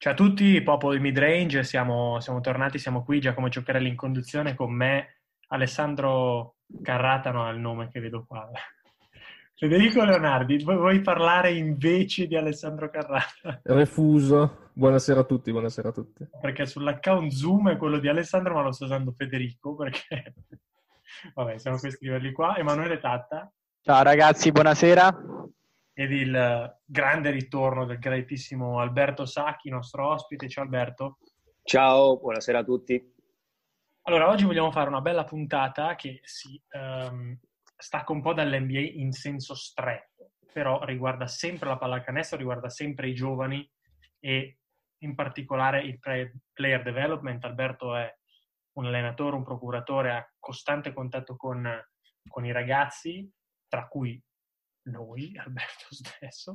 Ciao a tutti, popolo di Midrange, siamo tornati, siamo qui, Giacomo Giocherelli in conduzione con me, Alessandro Carrata, no, è il nome che vedo qua. Federico Leonardi, vuoi parlare invece di Alessandro Carrata? Refuso. Buonasera a tutti, buonasera a tutti. Perché sull'account Zoom è quello di Alessandro, ma lo sto usando Federico, perché... Vabbè, siamo a questi livelli qua. Emanuele Tatta Ciao ragazzi, buonasera. ed il grande ritorno del graditissimo Alberto Sacchi, nostro ospite. Ciao Alberto. Ciao, buonasera a tutti. Allora, oggi vogliamo fare una bella puntata che si stacca un po' dall'NBA in senso stretto, però riguarda sempre la pallacanestro, riguarda sempre i giovani e in particolare il player development. Alberto è un allenatore, un procuratore a costante contatto con i ragazzi, tra cui noi, Alberto stesso.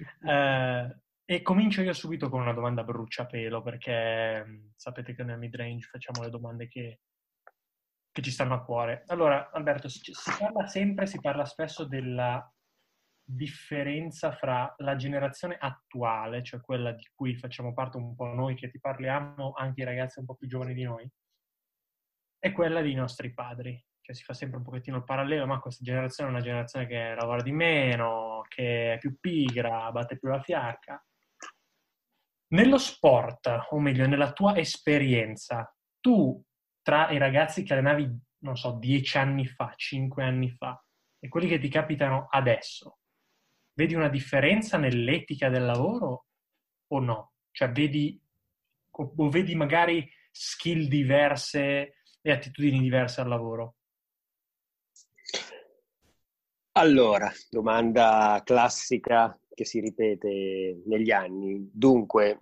E comincio io subito con una domanda a bruciapelo, perché sapete che nel midrange facciamo le domande che ci stanno a cuore. Allora, Alberto, si parla spesso della differenza fra la generazione attuale, cioè quella di cui facciamo parte un po' noi che ti parliamo, anche i ragazzi un po' più giovani di noi, e quella dei nostri padri. Cioè si fa sempre un pochettino il parallelo, ma questa generazione è una generazione che lavora di meno, che è più pigra, batte più la fiacca. Nello sport, o meglio, nella tua esperienza, tu tra i ragazzi che allenavi, non so, 10 anni fa, 5 anni fa, e quelli che ti capitano adesso, vedi una differenza nell'etica del lavoro o no? Cioè vedi magari skill diverse e attitudini diverse al lavoro? Allora, domanda classica che si ripete negli anni. Dunque,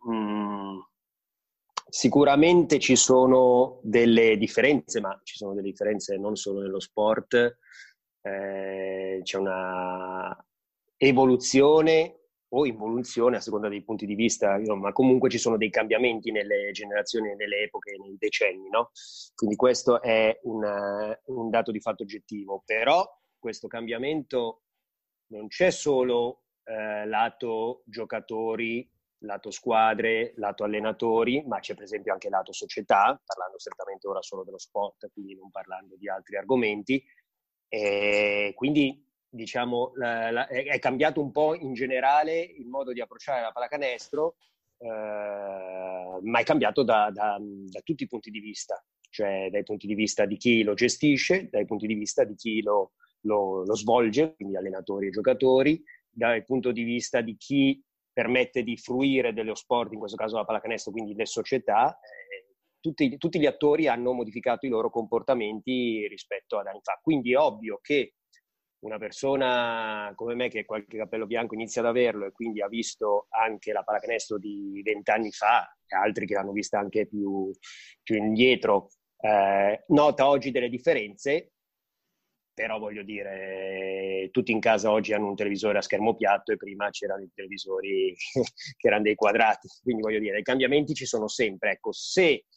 sicuramente ci sono delle differenze, ma ci sono delle differenze non solo nello sport. C'è una evoluzione o involuzione a seconda dei punti di vista, ma comunque ci sono dei cambiamenti nelle generazioni, nelle epoche, nei decenni, no? Quindi questo è un dato di fatto oggettivo, però questo cambiamento non c'è solo lato giocatori, lato squadre, lato allenatori, ma c'è per esempio anche lato società, parlando strettamente ora solo dello sport, quindi non parlando di altri argomenti. E quindi diciamo è cambiato un po' in generale il modo di approcciare la pallacanestro, ma è cambiato da tutti i punti di vista, cioè dai punti di vista di chi lo gestisce, dai punti di vista di chi lo svolge, quindi allenatori e giocatori, dal punto di vista di chi permette di fruire dello sport, in questo caso la pallacanestro, quindi le società. Tutti gli attori hanno modificato i loro comportamenti rispetto ad anni fa. Quindi è ovvio che una persona come me, che qualche capello bianco inizia ad averlo e quindi ha visto anche la pallacanestro di 20 anni fa, e altri che l'hanno vista anche più indietro, nota oggi delle differenze. Però voglio dire, tutti in casa oggi hanno un televisore a schermo piatto e prima c'erano i televisori che erano dei quadrati. Quindi voglio dire, i cambiamenti ci sono sempre. Ecco, se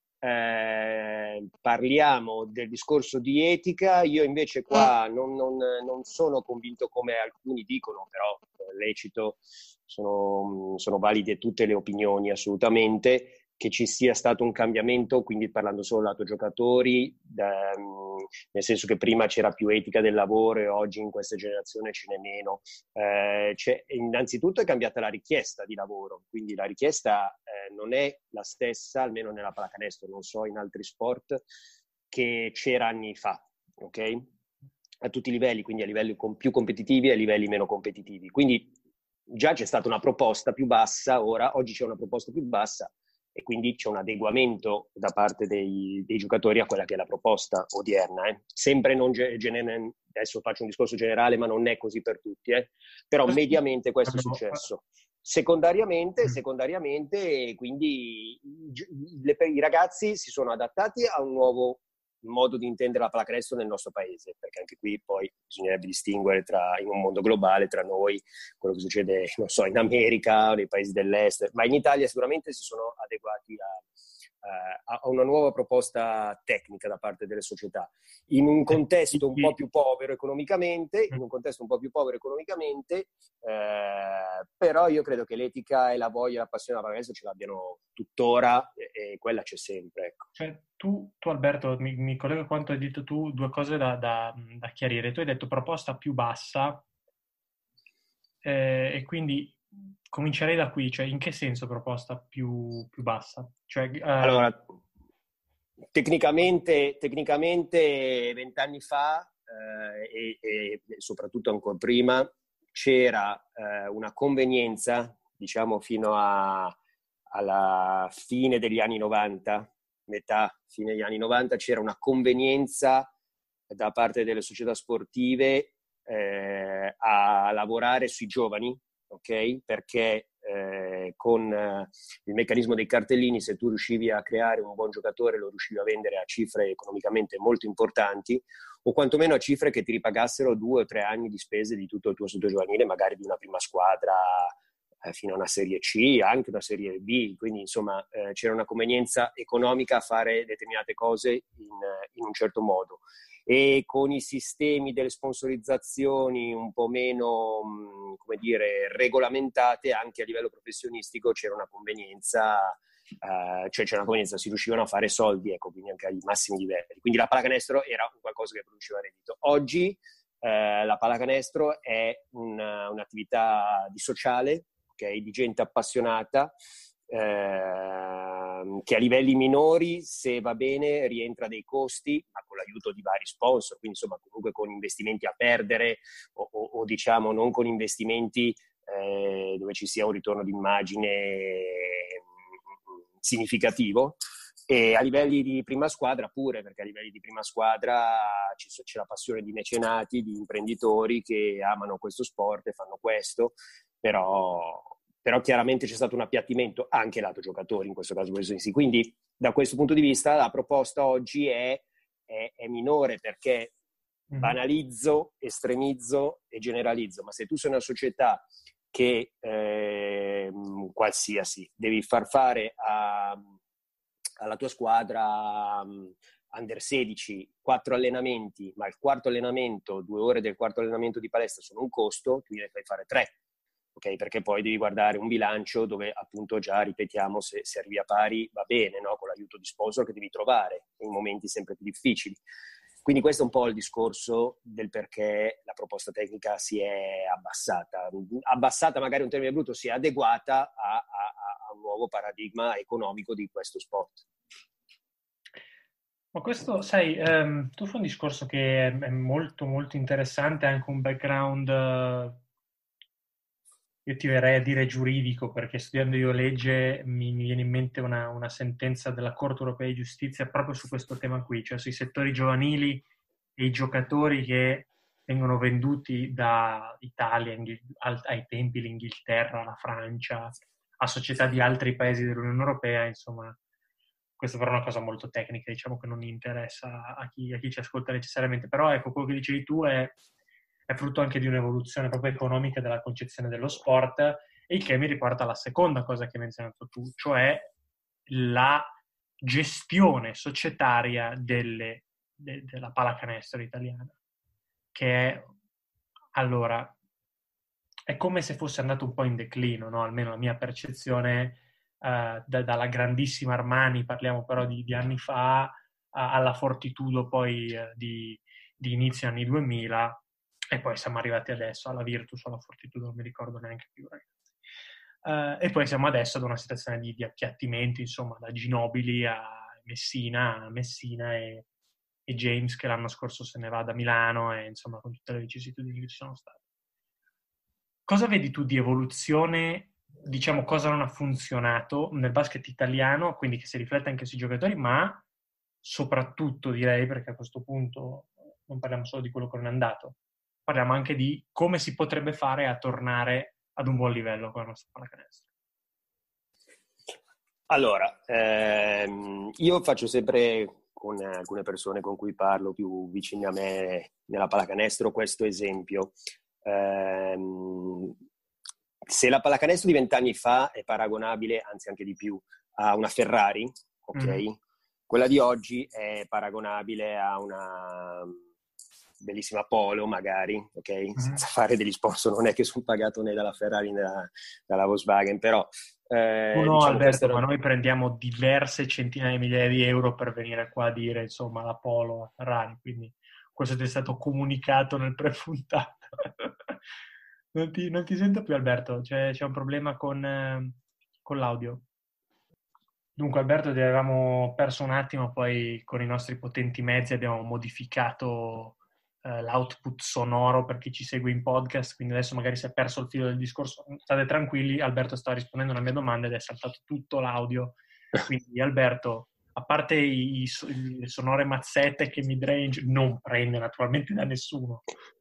parliamo del discorso di etica, io invece qua non sono convinto come alcuni dicono, però lecito, sono valide tutte le opinioni assolutamente, che ci sia stato un cambiamento, quindi parlando solo lato giocatori, nel senso che prima c'era più etica del lavoro e oggi in questa generazione ce n'è meno. Innanzitutto è cambiata la richiesta di lavoro, quindi la richiesta non è la stessa, almeno nella pallacanestro, non so in altri sport, che c'era anni fa, ok? A tutti i livelli, quindi a livelli più competitivi e a livelli meno competitivi. Quindi già c'è stata una proposta più bassa, oggi c'è una proposta più bassa, e quindi c'è un adeguamento da parte dei giocatori a quella che è la proposta odierna. Sempre non adesso faccio un discorso generale, ma non è così per tutti, però mediamente questo è successo. Secondariamente, quindi i ragazzi si sono adattati a un nuovo modo di intendere la pallacanestro nel nostro paese, perché anche qui poi bisognerebbe distinguere in un mondo globale tra noi, quello che succede, non so, in America o nei paesi dell'est, ma in Italia sicuramente si sono adeguati a una nuova proposta tecnica da parte delle società, in un contesto un po' più povero economicamente, però io credo che l'etica e la voglia e la passione della pallacanestro ce l'abbiano tuttora e quella c'è sempre, ecco. Cioè, tu Alberto, mi collego a quanto hai detto tu, due cose da chiarire. Tu hai detto proposta più bassa, e quindi comincerei da qui, cioè in che senso proposta più bassa? Cioè, Allora, tecnicamente 20 anni fa e soprattutto ancora prima c'era una convenienza, diciamo fino alla fine degli anni 90, fine degli anni 90, c'era una convenienza da parte delle società sportive a lavorare sui giovani, ok? Perché con il meccanismo dei cartellini, se tu riuscivi a creare un buon giocatore, lo riuscivi a vendere a cifre economicamente molto importanti, o quantomeno a cifre che ti ripagassero 2 o 3 anni di spese di tutto il tuo studio giovanile, magari di una prima squadra fino a una Serie C, anche una Serie B. Quindi insomma c'era una convenienza economica a fare determinate cose in un certo modo. E con i sistemi delle sponsorizzazioni un po' meno, come dire, regolamentate, anche a livello professionistico c'era una convenienza, si riuscivano a fare soldi, ecco, quindi anche ai massimi livelli. Quindi la pallacanestro era qualcosa che produceva reddito. Oggi la pallacanestro è un'attività di sociale, okay, di gente appassionata, che a livelli minori, se va bene, rientra dei costi, ma con l'aiuto di vari sponsor, quindi insomma comunque con investimenti a perdere o diciamo non con investimenti dove ci sia un ritorno d'immagine significativo. E a livelli di prima squadra pure, perché a livelli di prima squadra c'è la passione di mecenati, di imprenditori che amano questo sport e fanno questo, però chiaramente c'è stato un appiattimento anche lato giocatori in questo caso. Quindi da questo punto di vista la proposta oggi è minore, perché banalizzo, estremizzo e generalizzo, ma se tu sei una società che qualsiasi devi far fare alla tua squadra under 16 4 allenamenti, ma il quarto allenamento, 2 ore del quarto allenamento di palestra sono un costo, tu ne fai fare 3. Okay, perché poi devi guardare un bilancio dove appunto già, ripetiamo, se arrivi a pari va bene, no? Con l'aiuto di sponsor che devi trovare in momenti sempre più difficili. Quindi questo è un po' il discorso del perché la proposta tecnica si è abbassata, magari un termine brutto, si è adeguata a un nuovo paradigma economico di questo sport. Ma questo, sai, tu fai un discorso che è molto molto interessante, anche un background, io ti verrei a dire giuridico, perché studiando io legge mi viene in mente una sentenza della Corte Europea di Giustizia proprio su questo tema qui, cioè sui settori giovanili e i giocatori che vengono venduti da Italia ai tempi, l'Inghilterra, la Francia, a società di altri paesi dell'Unione Europea, insomma. Questa però è una cosa molto tecnica, diciamo che non interessa a chi ci ascolta necessariamente, però ecco, quello che dicevi tu è frutto anche di un'evoluzione proprio economica della concezione dello sport, e il che mi riporta alla seconda cosa che hai menzionato tu, cioè la gestione societaria della pallacanestro italiana, che è, allora, è come se fosse andato un po' in declino, no? Almeno la mia percezione, dalla grandissima Armani, parliamo però di anni fa, alla Fortitudo poi di inizio anni 2000, e poi siamo arrivati adesso alla Virtus o alla Fortitudo, non mi ricordo neanche più, ragazzi. E poi siamo adesso ad una situazione di appiattimento, insomma, da Ginobili a Messina e James che l'anno scorso se ne va da Milano, e insomma con tutte le vicissitudini che ci sono state. Cosa vedi tu di evoluzione, diciamo, cosa non ha funzionato nel basket italiano, quindi che si riflette anche sui giocatori, ma soprattutto direi, perché a questo punto non parliamo solo di quello che non è andato, parliamo anche di come si potrebbe fare a tornare ad un buon livello con la nostra pallacanestro. Allora, io faccio sempre con alcune persone con cui parlo più vicine a me nella pallacanestro questo esempio. Se la pallacanestro di 20 anni fa è paragonabile, anzi anche di più, a una Ferrari, ok? Quella di oggi è paragonabile a una bellissima Polo, magari, ok? Senza fare degli sponsor, non è che sono pagato né dalla Ferrari né dalla Volkswagen, però... no, diciamo, Alberto, ma noi prendiamo diverse centinaia di migliaia di euro per venire qua a dire, insomma, la Polo, la Ferrari, quindi questo ti è stato comunicato nel prepuntato. Non ti sento più, Alberto, c'è un problema con l'audio. Dunque, Alberto, ti avevamo perso un attimo, poi con i nostri potenti mezzi abbiamo modificato l'output sonoro per chi ci segue in podcast, quindi adesso magari si è perso il filo del discorso. State tranquilli, Alberto sta rispondendo alla mia domanda ed è saltato tutto l'audio. Quindi, Alberto, a parte le sonore mazzette che midrange non prende naturalmente da nessuno.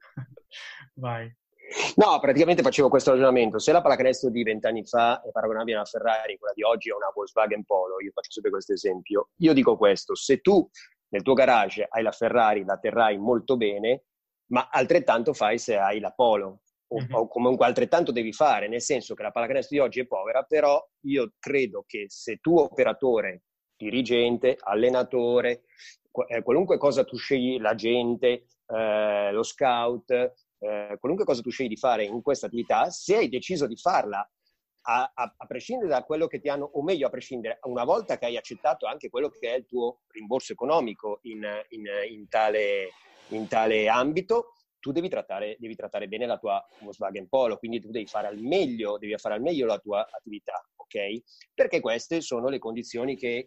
Vai. No, praticamente facevo questo ragionamento. Se la pallacanestro di 20 anni fa è paragonabile a una Ferrari, quella di oggi è una Volkswagen Polo, io faccio sempre questo esempio. Io dico questo: se tu nel tuo garage hai la Ferrari, la terrai molto bene, ma altrettanto fai se hai la Polo, o comunque altrettanto devi fare, nel senso che la pallacanestro di oggi è povera, però io credo che se tu operatore, dirigente, allenatore, qualunque cosa tu scegli, l'agente, lo scout, qualunque cosa tu scegli di fare in questa attività, se hai deciso di farla a prescindere da quello che ti hanno, o meglio a prescindere, una volta che hai accettato anche quello che è il tuo rimborso economico in tale ambito, tu devi trattare bene la tua Volkswagen Polo, quindi tu devi fare al meglio la tua attività, ok? Perché queste sono le condizioni che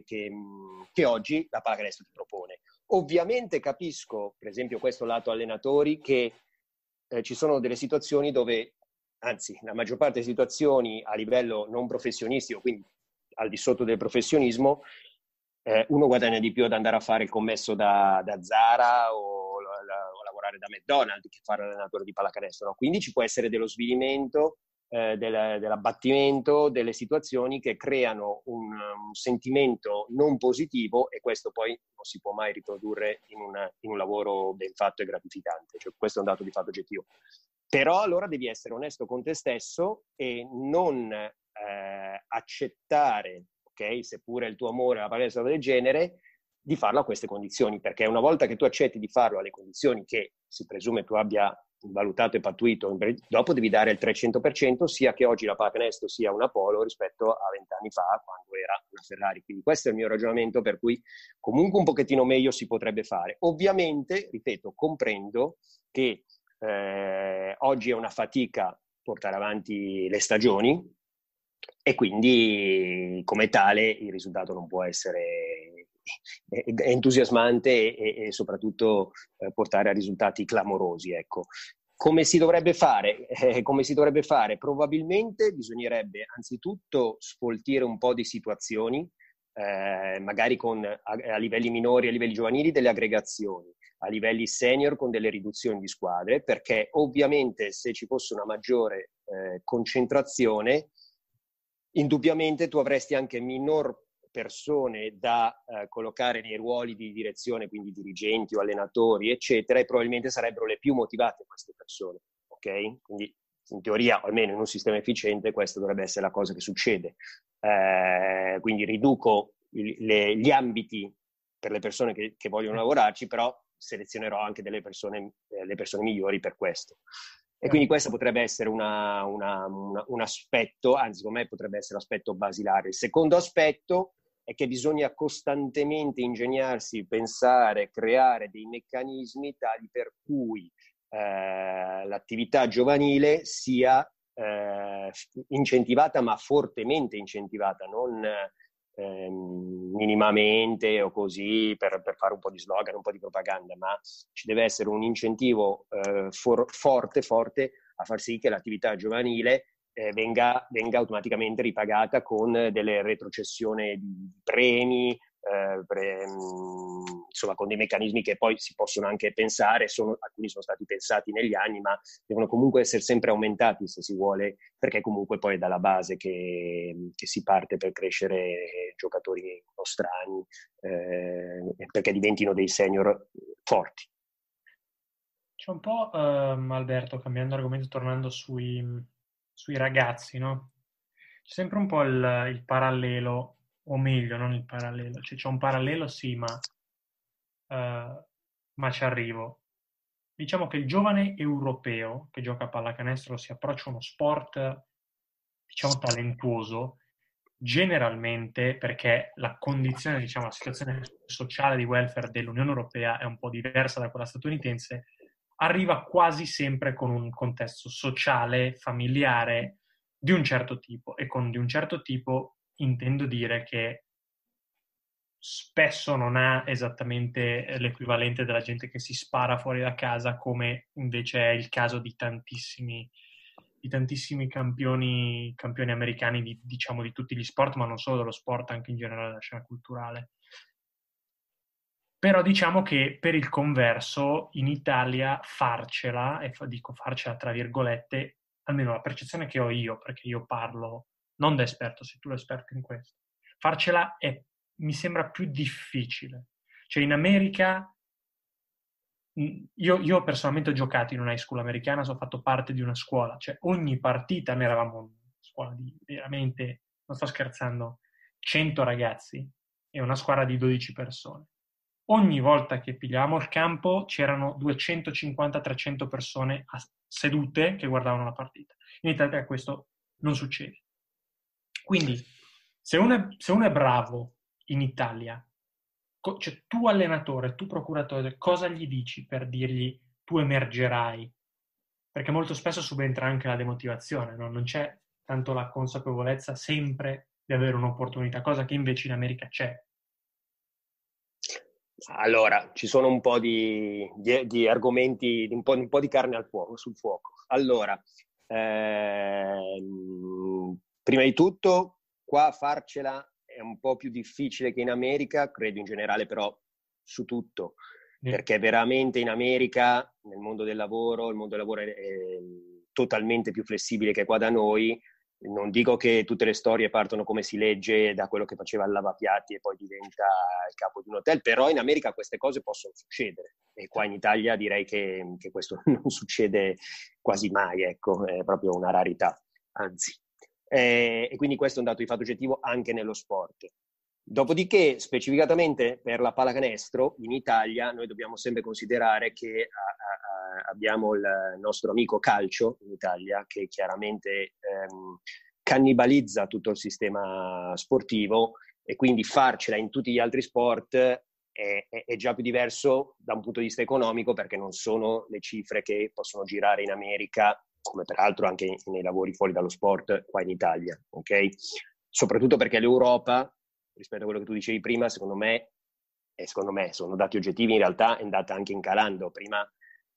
oggi la pallacanestro ti propone. Ovviamente capisco, per esempio questo lato allenatori, che ci sono delle situazioni dove, anzi la maggior parte delle situazioni a livello non professionistico, quindi al di sotto del professionismo, uno guadagna di più ad andare a fare il commesso da Zara o lavorare da McDonald's che fare l'allenatore di pallacanestro, no? Quindi ci può essere dello svilimento, dell'abbattimento, delle situazioni che creano un sentimento non positivo, e questo poi non si può mai riprodurre in un lavoro ben fatto e gratificante, cioè, questo è un dato di fatto oggettivo. Però allora devi essere onesto con te stesso e non accettare, ok, seppure il tuo amore alla palestra del genere, di farlo a queste condizioni, perché una volta che tu accetti di farlo alle condizioni che si presume tu abbia valutato e pattuito, dopo devi dare il 300%, sia che oggi la pallacanestro sia una Polo rispetto a 20 anni fa quando era una Ferrari. Quindi questo è il mio ragionamento, per cui comunque un pochettino meglio si potrebbe fare. Ovviamente, ripeto, comprendo che oggi è una fatica portare avanti le stagioni e quindi come tale il risultato non può essere entusiasmante e soprattutto portare a risultati clamorosi, ecco. Come si dovrebbe fare? Probabilmente bisognerebbe anzitutto sfoltire un po' di situazioni, magari a livelli minori, a livelli giovanili delle aggregazioni, a livelli senior con delle riduzioni di squadre, perché ovviamente se ci fosse una maggiore concentrazione, indubbiamente tu avresti anche minor persone da collocare nei ruoli di direzione, quindi dirigenti o allenatori, eccetera, e probabilmente sarebbero le più motivate queste persone, ok? Quindi in teoria, o almeno in un sistema efficiente, questa dovrebbe essere la cosa che succede. Quindi riduco gli ambiti per le persone che vogliono lavorarci, però selezionerò anche le persone migliori per questo. E quindi questo potrebbe essere un aspetto, anzi secondo me potrebbe essere l'aspetto basilare. Il secondo aspetto è che bisogna costantemente ingegnarsi, pensare, creare dei meccanismi tali per cui l'attività giovanile sia incentivata, ma fortemente incentivata, non minimamente o così per fare un po' di slogan, un po' di propaganda, ma ci deve essere un incentivo forte a far sì che l'attività giovanile venga automaticamente ripagata con delle retrocessioni di premi, insomma, con dei meccanismi che poi si possono anche pensare, alcuni sono stati pensati negli anni, ma devono comunque essere sempre aumentati se si vuole, perché comunque poi è dalla base che si parte per crescere giocatori nostrani, perché diventino dei senior forti. C'è un po', Alberto, cambiando argomento, tornando sui ragazzi, no? C'è sempre un po' il parallelo, o meglio, non il parallelo, cioè c'è un parallelo sì, ma ci arrivo. Diciamo che il giovane europeo che gioca a pallacanestro si approccia a uno sport, diciamo, talentuoso, generalmente perché la condizione, diciamo, la situazione sociale di welfare dell'Unione Europea è un po' diversa da quella statunitense, arriva quasi sempre con un contesto sociale, familiare di un certo tipo. E con di un certo tipo intendo dire che spesso non ha esattamente l'equivalente della gente che si spara fuori da casa, come invece è il caso di tantissimi campioni americani diciamo di tutti gli sport, ma non solo dello sport, anche in generale della scena culturale. Però diciamo che per il converso in Italia farcela, e dico farcela tra virgolette, almeno la percezione che ho io, perché io parlo non da esperto, sei tu l'esperto in questo, farcela mi sembra più difficile. Cioè in America, io personalmente ho giocato in una high school americana, sono fatto parte di una scuola, cioè ogni partita, noi eravamo una scuola di veramente, non sto scherzando, 100 ragazzi e una squadra di 12 persone. Ogni volta che pigliavamo il campo c'erano 250-300 persone sedute che guardavano la partita. In Italia questo non succede. Quindi, se uno è bravo in Italia, cioè tu allenatore, tu procuratore, cosa gli dici per dirgli tu emergerai? Perché molto spesso subentra anche la demotivazione, no? Non c'è tanto la consapevolezza sempre di avere un'opportunità, cosa che invece in America c'è. Allora, ci sono un po' di argomenti, un po' di carne sul fuoco. Allora, prima di tutto, qua farcela è un po' più difficile che in America, credo in generale però su tutto, perché veramente in America, nel mondo del lavoro, il mondo del lavoro è totalmente più flessibile che qua da noi. Non dico che tutte le storie partono, come si legge, da quello che faceva il lavapiatti e poi diventa il capo di un hotel, però in America queste cose possono succedere e qua in Italia direi che questo non succede quasi mai, ecco, è proprio una rarità, anzi. E quindi questo è un dato di fatto oggettivo anche nello sport. Dopodiché, specificatamente per la pallacanestro, in Italia noi dobbiamo sempre considerare che abbiamo il nostro amico calcio in Italia, che chiaramente cannibalizza tutto il sistema sportivo e quindi farcela in tutti gli altri sport è già più diverso da un punto di vista economico, perché non sono le cifre che possono girare in America, come peraltro anche nei lavori fuori dallo sport qua in Italia, ok? Soprattutto perché l'Europa, rispetto a quello che tu dicevi prima, secondo me sono dati oggettivi, in realtà è andata anche incalando. Prima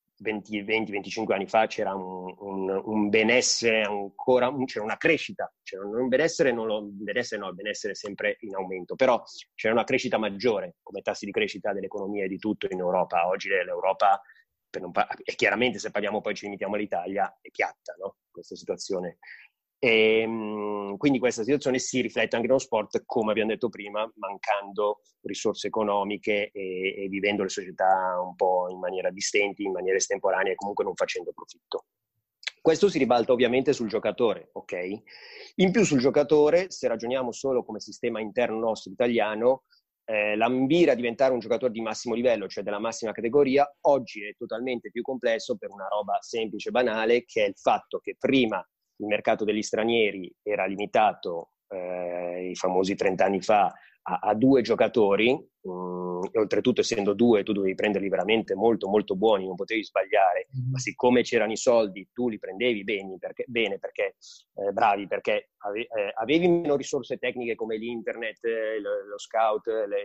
20-25 anni fa c'era un benessere ancora, c'era una crescita, c'era un benessere, il benessere è sempre in aumento, però c'era una crescita maggiore come tassi di crescita dell'economia e di tutto in Europa. Oggi l'Europa, e chiaramente se parliamo poi ci limitiamo all'Italia, è piatta, no? Questa situazione. E quindi questa situazione si riflette anche nello sport, come abbiamo detto prima, mancando risorse economiche e vivendo le società un po' in maniera distenti, in maniera estemporanea e comunque non facendo profitto. Questo si ribalta ovviamente sul giocatore, ok? In più sul giocatore, se ragioniamo solo come sistema interno nostro italiano, l'ambire a diventare un giocatore di massimo livello, cioè della massima categoria, oggi è totalmente più complesso per una roba semplice e banale, che è il fatto che prima il mercato degli stranieri era limitato, i famosi 30 anni fa, a 2 giocatori, e oltretutto essendo 2 tu dovevi prenderli veramente molto molto buoni, non potevi sbagliare, ma siccome c'erano i soldi tu li prendevi bene perché bravi, perché avevi meno risorse tecniche come l'internet, lo scout,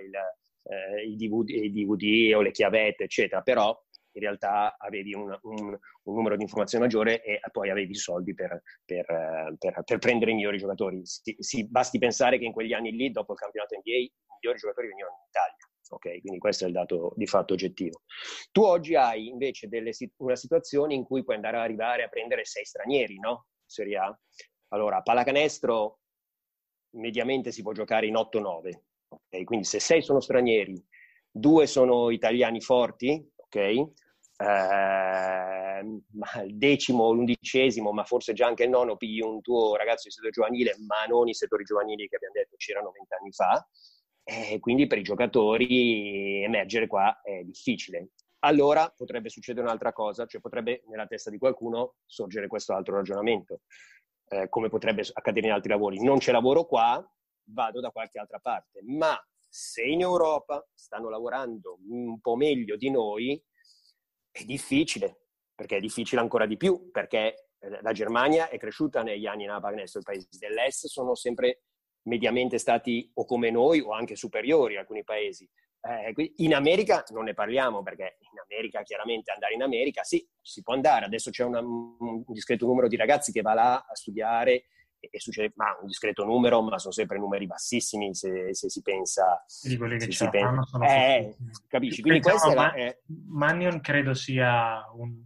i DVD o le chiavette eccetera, però in realtà avevi un numero di informazioni maggiore e poi avevi i soldi per prendere i migliori giocatori. Basti pensare che in quegli anni lì, dopo il campionato NBA migliori giocatori venivano in Italia. Ok, quindi questo è il dato di fatto oggettivo. Tu oggi hai invece una situazione in cui puoi andare a arrivare a prendere 6 stranieri, no? Serie A. Allora, pallacanestro mediamente si può giocare in 8-9, ok? Quindi se 6 sono stranieri, 2 sono italiani forti, ok? Ma il 10° o l'11°, ma forse già anche il 9° pigli un tuo ragazzo di settore giovanile, ma non i settori giovanili che abbiamo detto c'erano 20 anni fa. Quindi per i giocatori emergere qua è difficile. Allora potrebbe succedere un'altra cosa, cioè potrebbe nella testa di qualcuno sorgere questo altro ragionamento, come potrebbe accadere in altri lavori. Non c'è lavoro qua, vado da qualche altra parte. Ma se in Europa stanno lavorando un po' meglio di noi, è difficile, perché è difficile ancora di più, perché la Germania è cresciuta negli anni nella pallacanestro, i paesi dell'est sono sempre mediamente stati o come noi o anche superiori a alcuni paesi. In America non ne parliamo, perché in America chiaramente andare in America sì, si può andare, adesso c'è un discreto numero di ragazzi che va là a studiare e succede, ma un discreto numero, ma sono sempre numeri bassissimi se si pensa di quelli che se ce si la pensa, fanno sono pochissimi. capisci? Quindi questa è Mannion credo sia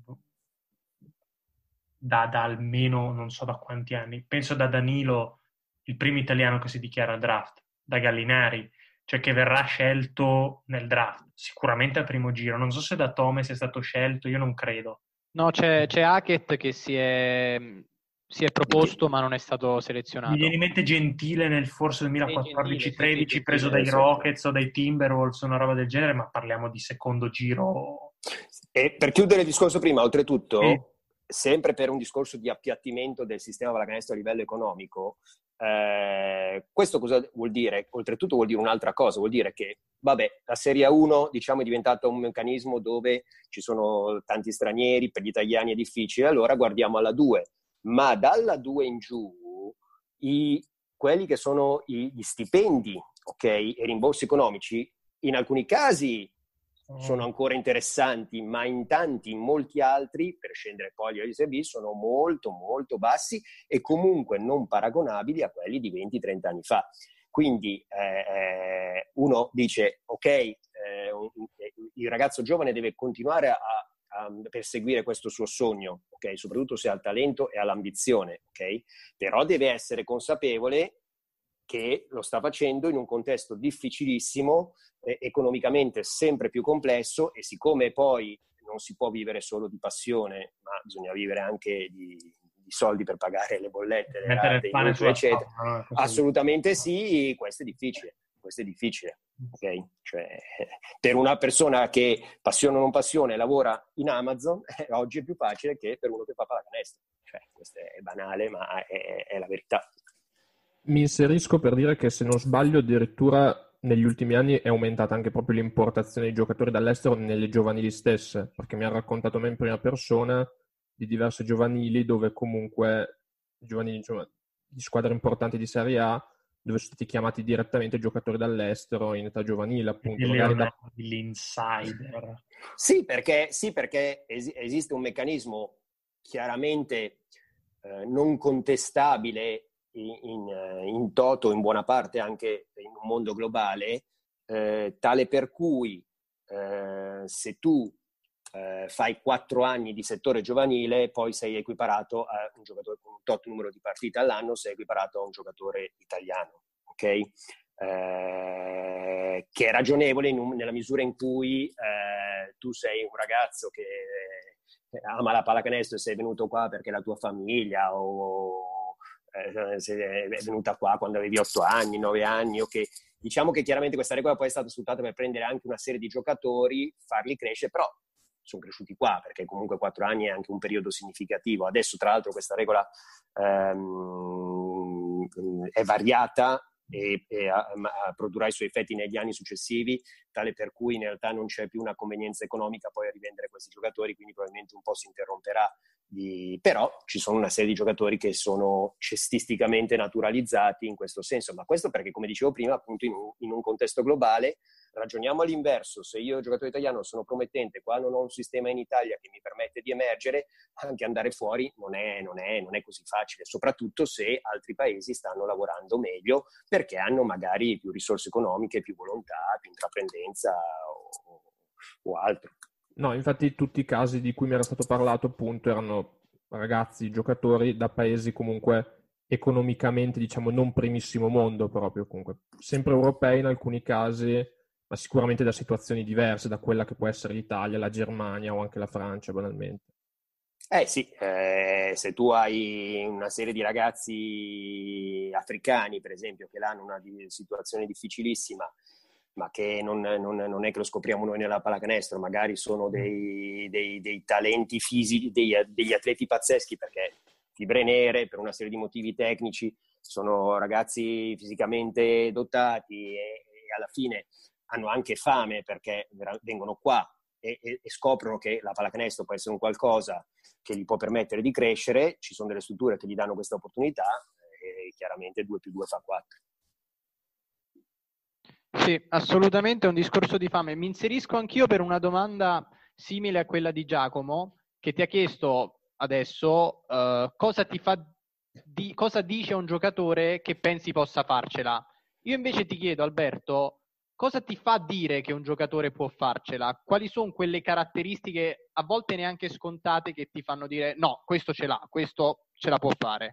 da almeno non so da quanti anni, penso da Danilo, il primo italiano che si dichiara al draft, da Gallinari, cioè che verrà scelto nel draft, sicuramente al primo giro. Non so se da Thomas è stato scelto, io non credo. No, c'è Hackett che si è proposto ma non è stato selezionato. Mi viene in mente Gentile forse 2014-13, preso dai Rockets o dai Timberwolves, una roba del genere, ma parliamo di secondo giro. E per chiudere il discorso prima, oltretutto, sempre per un discorso di appiattimento del sistema pallacanestro a livello economico, questo cosa vuol dire? Oltretutto vuol dire un'altra cosa, vuol dire che, vabbè, la Serie 1 diciamo è diventata un meccanismo dove ci sono tanti stranieri, per gli italiani è difficile, allora guardiamo alla 2, ma dalla 2 in giù quelli che sono gli stipendi, ok, e i rimborsi economici, in alcuni casi sono ancora interessanti, ma in molti altri, per scendere poi agli SB, sono molto molto bassi e comunque non paragonabili a quelli di 20-30 anni fa. Quindi uno dice, ok, il ragazzo giovane deve continuare a perseguire questo suo sogno, ok? Soprattutto se ha il talento e ha l'ambizione, ok? Però deve essere consapevole che lo sta facendo in un contesto difficilissimo, economicamente sempre più complesso, e siccome poi non si può vivere solo di passione, ma bisogna vivere anche di soldi per pagare le bollette, le rate, i mutui, eccetera. Assolutamente sì, questo è difficile. Okay? Cioè, per una persona che passione o non passione lavora in Amazon, oggi è più facile che per uno che fa pallacanestro. Cioè, questo è banale, ma è la verità. Mi inserisco per dire che, se non sbaglio, addirittura negli ultimi anni è aumentata anche proprio l'importazione di giocatori dall'estero nelle giovanili stesse, perché mi ha raccontato me in prima persona di diverse giovanili dove comunque giovanili di squadre importanti di Serie A, dove sono stati chiamati direttamente giocatori dall'estero in età giovanile, appunto. L'insider. Sì, perché esiste un meccanismo chiaramente non contestabile in toto, in buona parte anche in un mondo globale, tale per cui se tu fai 4 anni di settore giovanile, poi sei equiparato a un giocatore con un tot numero di partite all'anno, sei equiparato a un giocatore italiano, ok? Che è ragionevole nella misura in cui tu sei un ragazzo che ama la pallacanestro e sei venuto qua perché la tua famiglia o sei venuta qua quando avevi 8 anni, 9 anni, ok? Diciamo che chiaramente questa regola poi è stata sfruttata per prendere anche una serie di giocatori, farli crescere, però sono cresciuti qua, perché comunque 4 anni è anche un periodo significativo. Adesso, tra l'altro, questa regola è variata e produrrà i suoi effetti negli anni successivi, tale per cui in realtà non c'è più una convenienza economica poi a rivendere questi giocatori, quindi probabilmente un po' si interromperà. Però ci sono una serie di giocatori che sono cestisticamente naturalizzati in questo senso, ma questo perché, come dicevo prima, appunto in un contesto globale ragioniamo all'inverso, se io giocatore italiano sono promettente, qua non ho un sistema in Italia che mi permette di emergere, anche andare fuori non è così facile, soprattutto se altri paesi stanno lavorando meglio perché hanno magari più risorse economiche, più volontà, più intraprendenza o altro. No, infatti tutti i casi di cui mi era stato parlato appunto erano ragazzi, giocatori da paesi comunque economicamente, diciamo, non primissimo mondo proprio, comunque sempre europei in alcuni casi, ma sicuramente da situazioni diverse da quella che può essere l'Italia, la Germania o anche la Francia, banalmente. Sì, se tu hai una serie di ragazzi africani, per esempio, che hanno una situazione difficilissima, ma che non è che lo scopriamo noi nella pallacanestro, magari sono dei talenti fisici, degli atleti pazzeschi, perché fibre nere, per una serie di motivi tecnici, sono ragazzi fisicamente dotati e alla fine hanno anche fame perché vengono qua e scoprono che la pallacanestro può essere un qualcosa che gli può permettere di crescere, ci sono delle strutture che gli danno questa opportunità e chiaramente 2 più 2 fa 4. Sì, assolutamente è un discorso di fame. Mi inserisco anch'io per una domanda simile a quella di Giacomo, che ti ha chiesto adesso cosa dice un giocatore che pensi possa farcela. Io invece ti chiedo, Alberto, cosa ti fa dire che un giocatore può farcela? Quali sono quelle caratteristiche, a volte neanche scontate, che ti fanno dire no, questo ce l'ha, questo ce la può fare?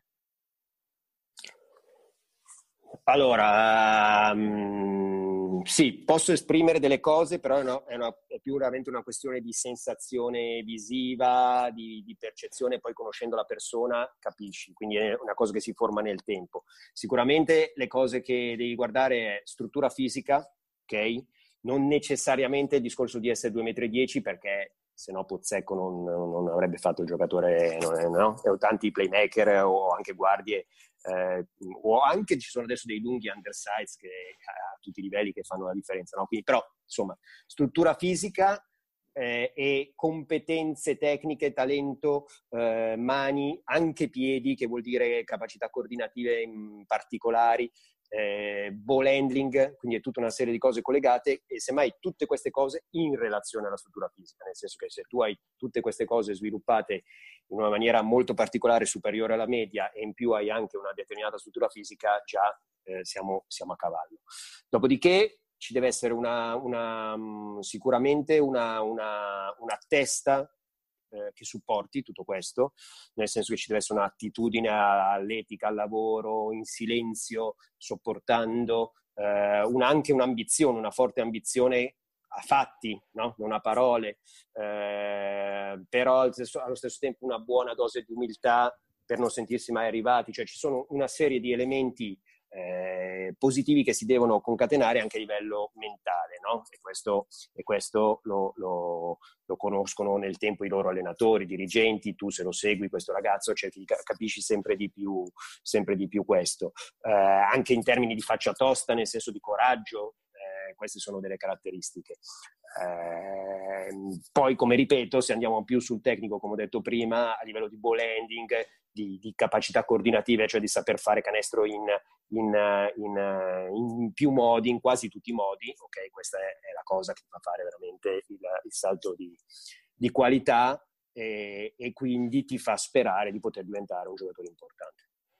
Allora, sì, posso esprimere delle cose, però è più veramente una questione di sensazione visiva, di percezione, poi conoscendo la persona capisci, quindi è una cosa che si forma nel tempo. Sicuramente le cose che devi guardare è struttura fisica, ok? Non necessariamente il discorso di essere 2,10 m, perché se no Pozzecco non avrebbe fatto il giocatore, no? E ho tanti playmaker o anche guardie, o anche ci sono adesso dei lunghi undersize che a tutti i livelli che fanno la differenza, no? Quindi, però insomma struttura fisica e competenze tecniche, talento, mani, anche piedi, che vuol dire capacità coordinative particolari, ball handling, quindi è tutta una serie di cose collegate e semmai tutte queste cose in relazione alla struttura fisica, nel senso che se tu hai tutte queste cose sviluppate in una maniera molto particolare, superiore alla media, e in più hai anche una determinata struttura fisica, già siamo a cavallo. Dopodiché ci deve essere sicuramente una testa che supporti tutto questo, nel senso che ci deve essere un'attitudine all'etica, al lavoro, in silenzio, sopportando, anche un'ambizione, una forte ambizione a fatti, no? Non a parole, però allo stesso tempo una buona dose di umiltà per non sentirsi mai arrivati, cioè ci sono una serie di elementi positivi che si devono concatenare anche a livello mentale, no? E questo lo conoscono nel tempo i loro allenatori, dirigenti. Tu se lo segui questo ragazzo capisci sempre di più questo, anche in termini di faccia tosta, nel senso di coraggio. Queste sono delle caratteristiche. Poi, come ripeto, se andiamo più sul tecnico, come ho detto prima, a livello di ball handling, di capacità coordinative, cioè di saper fare canestro in più modi, in quasi tutti i modi, ok? Questa è la cosa che fa fare veramente il salto di qualità e quindi ti fa sperare di poter diventare un giocatore importante.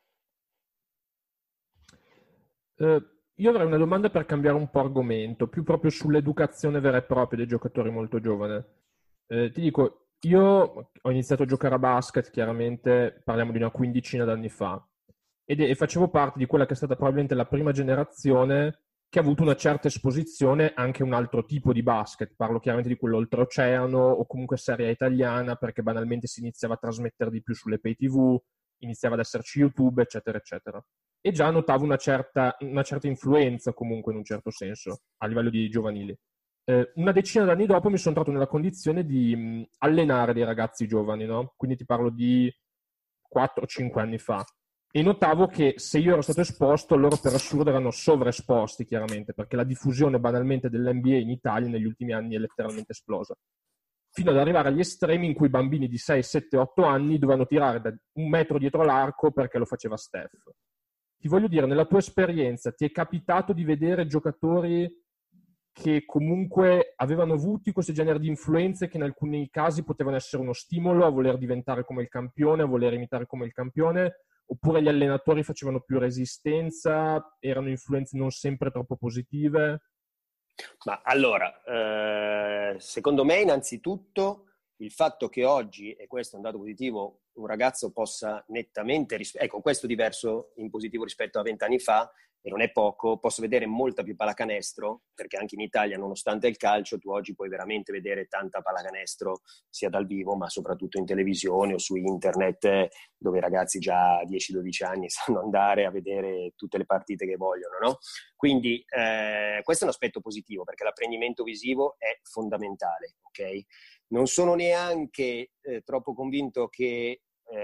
Io avrei una domanda per cambiare un po' argomento, più proprio sull'educazione vera e propria dei giocatori molto giovani. Ti dico, io ho iniziato a giocare a basket, chiaramente parliamo di una quindicina d'anni fa, e facevo parte di quella che è stata probabilmente la prima generazione che ha avuto una certa esposizione anche a un altro tipo di basket. Parlo chiaramente di quello oltreoceano o comunque Serie A italiana, perché banalmente si iniziava a trasmettere di più sulle pay TV, iniziava ad esserci YouTube, eccetera, eccetera. E già notavo una certa influenza comunque in un certo senso a livello di giovanili. Una decina d'anni dopo mi sono trovato nella condizione di allenare dei ragazzi giovani, no? Quindi ti parlo di 4-5 anni fa. E notavo che se io ero stato esposto, loro per assurdo erano sovraesposti, chiaramente, perché la diffusione banalmente dell'NBA in Italia negli ultimi anni è letteralmente esplosa. Fino ad arrivare agli estremi in cui bambini di 6, 7, 8 anni dovevano tirare da 1 metro dietro l'arco perché lo faceva Steph. Ti voglio dire, nella tua esperienza ti è capitato di vedere giocatori che comunque avevano avuto questo genere di influenze che in alcuni casi potevano essere uno stimolo a voler diventare come il campione, a voler imitare come il campione, oppure gli allenatori facevano più resistenza, erano influenze non sempre troppo positive? Ma allora, secondo me innanzitutto il fatto che oggi, e questo è un dato positivo, un ragazzo possa nettamente, ecco, questo diverso in positivo rispetto a 20 anni fa, e non è poco, posso vedere molta più pallacanestro, perché anche in Italia, nonostante il calcio, tu oggi puoi veramente vedere tanta pallacanestro, sia dal vivo, ma soprattutto in televisione o su internet, dove i ragazzi già a 10-12 anni sanno andare a vedere tutte le partite che vogliono, no? Quindi questo è un aspetto positivo, perché l'apprendimento visivo è fondamentale, ok? Non sono neanche troppo convinto che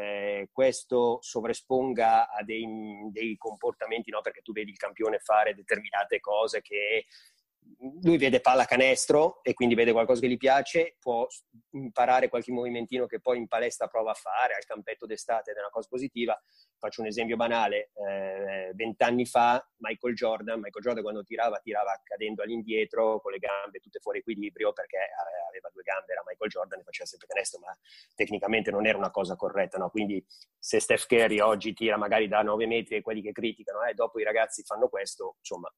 questo sovresponga a dei comportamenti, no? Perché tu vedi il campione fare determinate cose che lui vede pallacanestro e quindi vede qualcosa che gli piace, può imparare qualche movimentino che poi in palestra prova a fare al campetto d'estate ed è una cosa positiva. Faccio un esempio banale, 20 anni fa Michael Jordan quando tirava cadendo all'indietro con le gambe tutte fuori equilibrio, perché aveva due gambe, era Michael Jordan e faceva sempre canestro, ma tecnicamente non era una cosa corretta, no? Quindi se Steph Curry oggi tira magari da 9 metri e quelli che criticano, dopo i ragazzi fanno questo, insomma,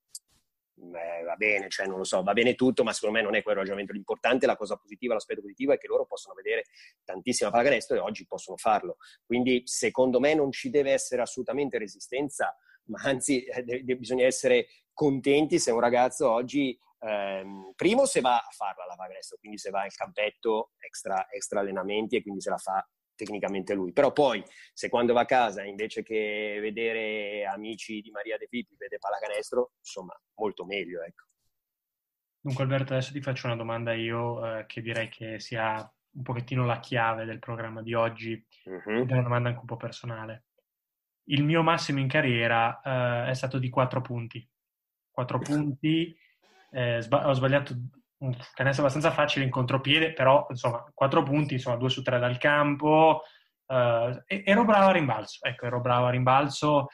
va bene, cioè non lo so, va bene tutto, ma secondo me non è quel ragionamento. L'importante, la cosa positiva, l'aspetto positivo è che loro possono vedere tantissima pallacanestro e oggi possono farlo, quindi secondo me non ci deve essere assolutamente resistenza, ma anzi bisogna essere contenti se un ragazzo oggi primo se va a farla la pallacanestro, quindi se va al campetto extra allenamenti e quindi se la fa tecnicamente lui, però poi se quando va a casa invece che vedere amici di Maria De Filippi vede pallacanestro, insomma molto meglio, ecco. Dunque Alberto, adesso ti faccio una domanda io che direi che sia un pochettino la chiave del programma di oggi, ed è una domanda anche un po' personale. Il mio massimo in carriera è stato di 4 punti. 4 punti, ho sbagliato un canestro abbastanza facile in contropiede, però insomma 4 punti, insomma 2 su 3 dal campo, ero bravo a rimbalzo,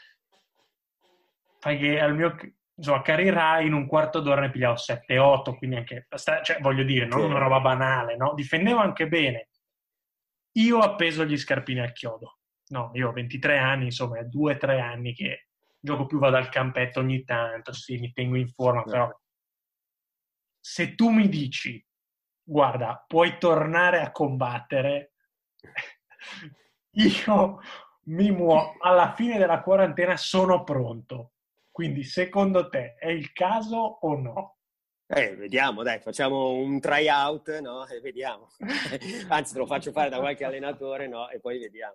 fai che al mio carriera in un quarto d'ora ne pigliavo 7-8, quindi anche, cioè, voglio dire, non una roba banale, no? Difendevo anche bene, io ho appeso gli scarpini al chiodo, no, io ho 23 anni, insomma è 2-3 anni che gioco più, vado al campetto ogni tanto, sì, mi tengo in forma, però se tu mi dici, guarda, puoi tornare a combattere, io mi muovo, alla fine della quarantena sono pronto. Quindi, secondo te, è il caso o no? Vediamo, dai, facciamo un try-out, no? E vediamo. Anzi, te lo faccio fare da qualche allenatore, no? E poi vediamo.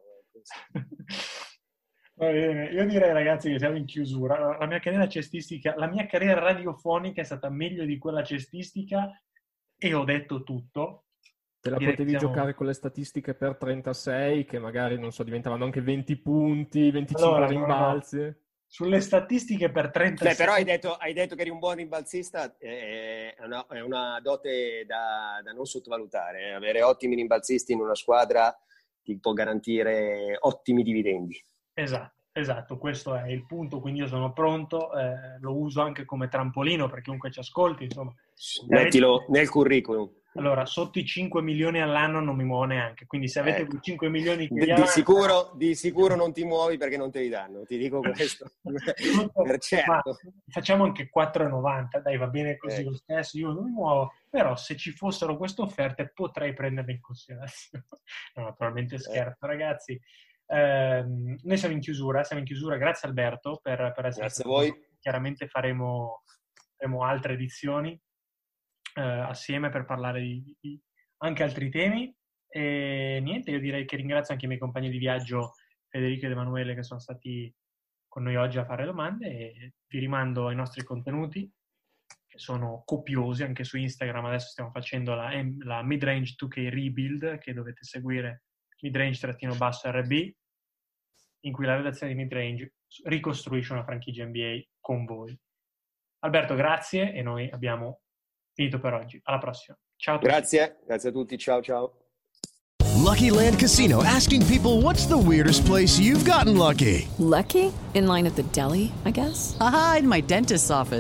Va bene, io direi, ragazzi, che siamo in chiusura. La mia carriera cestistica, la mia carriera radiofonica è stata meglio di quella cestistica e ho detto tutto. Te la potevi giocare con le statistiche per 36, che magari, non so, diventavano anche 20 punti, 25 rimbalzi. No. Sulle statistiche per 36... però hai detto che eri un buon rimbalzista, è una dote da non sottovalutare. Avere ottimi rimbalzisti in una squadra ti può garantire ottimi dividendi. Esatto, questo è il punto, quindi io sono pronto, lo uso anche come trampolino per chiunque ci ascolti, insomma. Mettilo nel curriculum. Allora, sotto i 5 milioni all'anno non mi muovo neanche, quindi se avete quei 5 milioni che di sicuro non ti muovi perché non te li danno, ti dico questo. Per certo. Facciamo anche 4,90, dai, va bene così lo stesso, io non mi muovo, però se ci fossero queste offerte potrei prenderle in considerazione. No, naturalmente scherzo, ragazzi. Noi siamo in chiusura, grazie Alberto per essere grazie a voi. Chiaramente faremo altre edizioni assieme per parlare di anche altri temi e niente, io direi che ringrazio anche i miei compagni di viaggio Federico ed Emanuele che sono stati con noi oggi a fare domande e vi rimando ai nostri contenuti che sono copiosi anche su Instagram. Adesso stiamo facendo la Midrange 2K Rebuild che dovete seguire, midrange-RB, in cui la redazione di Midrange ricostruisce una franchigia NBA con voi. Alberto, grazie e noi abbiamo finito per oggi. Alla prossima. Ciao a tutti. Grazie a tutti. Ciao. Lucky Land Casino, asking people, what's the weirdest place you've gotten lucky? Lucky? In line at the deli, I guess? Aha, in my dentist's office.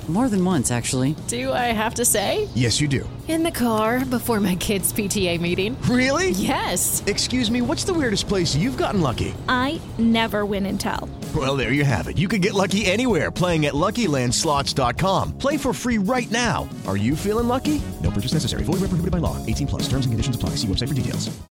More than once, actually. Do I have to say? Yes, you do. In the car before my kids' PTA meeting. Really? Yes. Excuse me, what's the weirdest place you've gotten lucky? I never win and tell. Well, there you have it. You can get lucky anywhere, playing at LuckyLandSlots.com. Play for free right now. Are you feeling lucky? No purchase necessary. Void where prohibited by law. 18+. Terms and conditions apply. See website for details.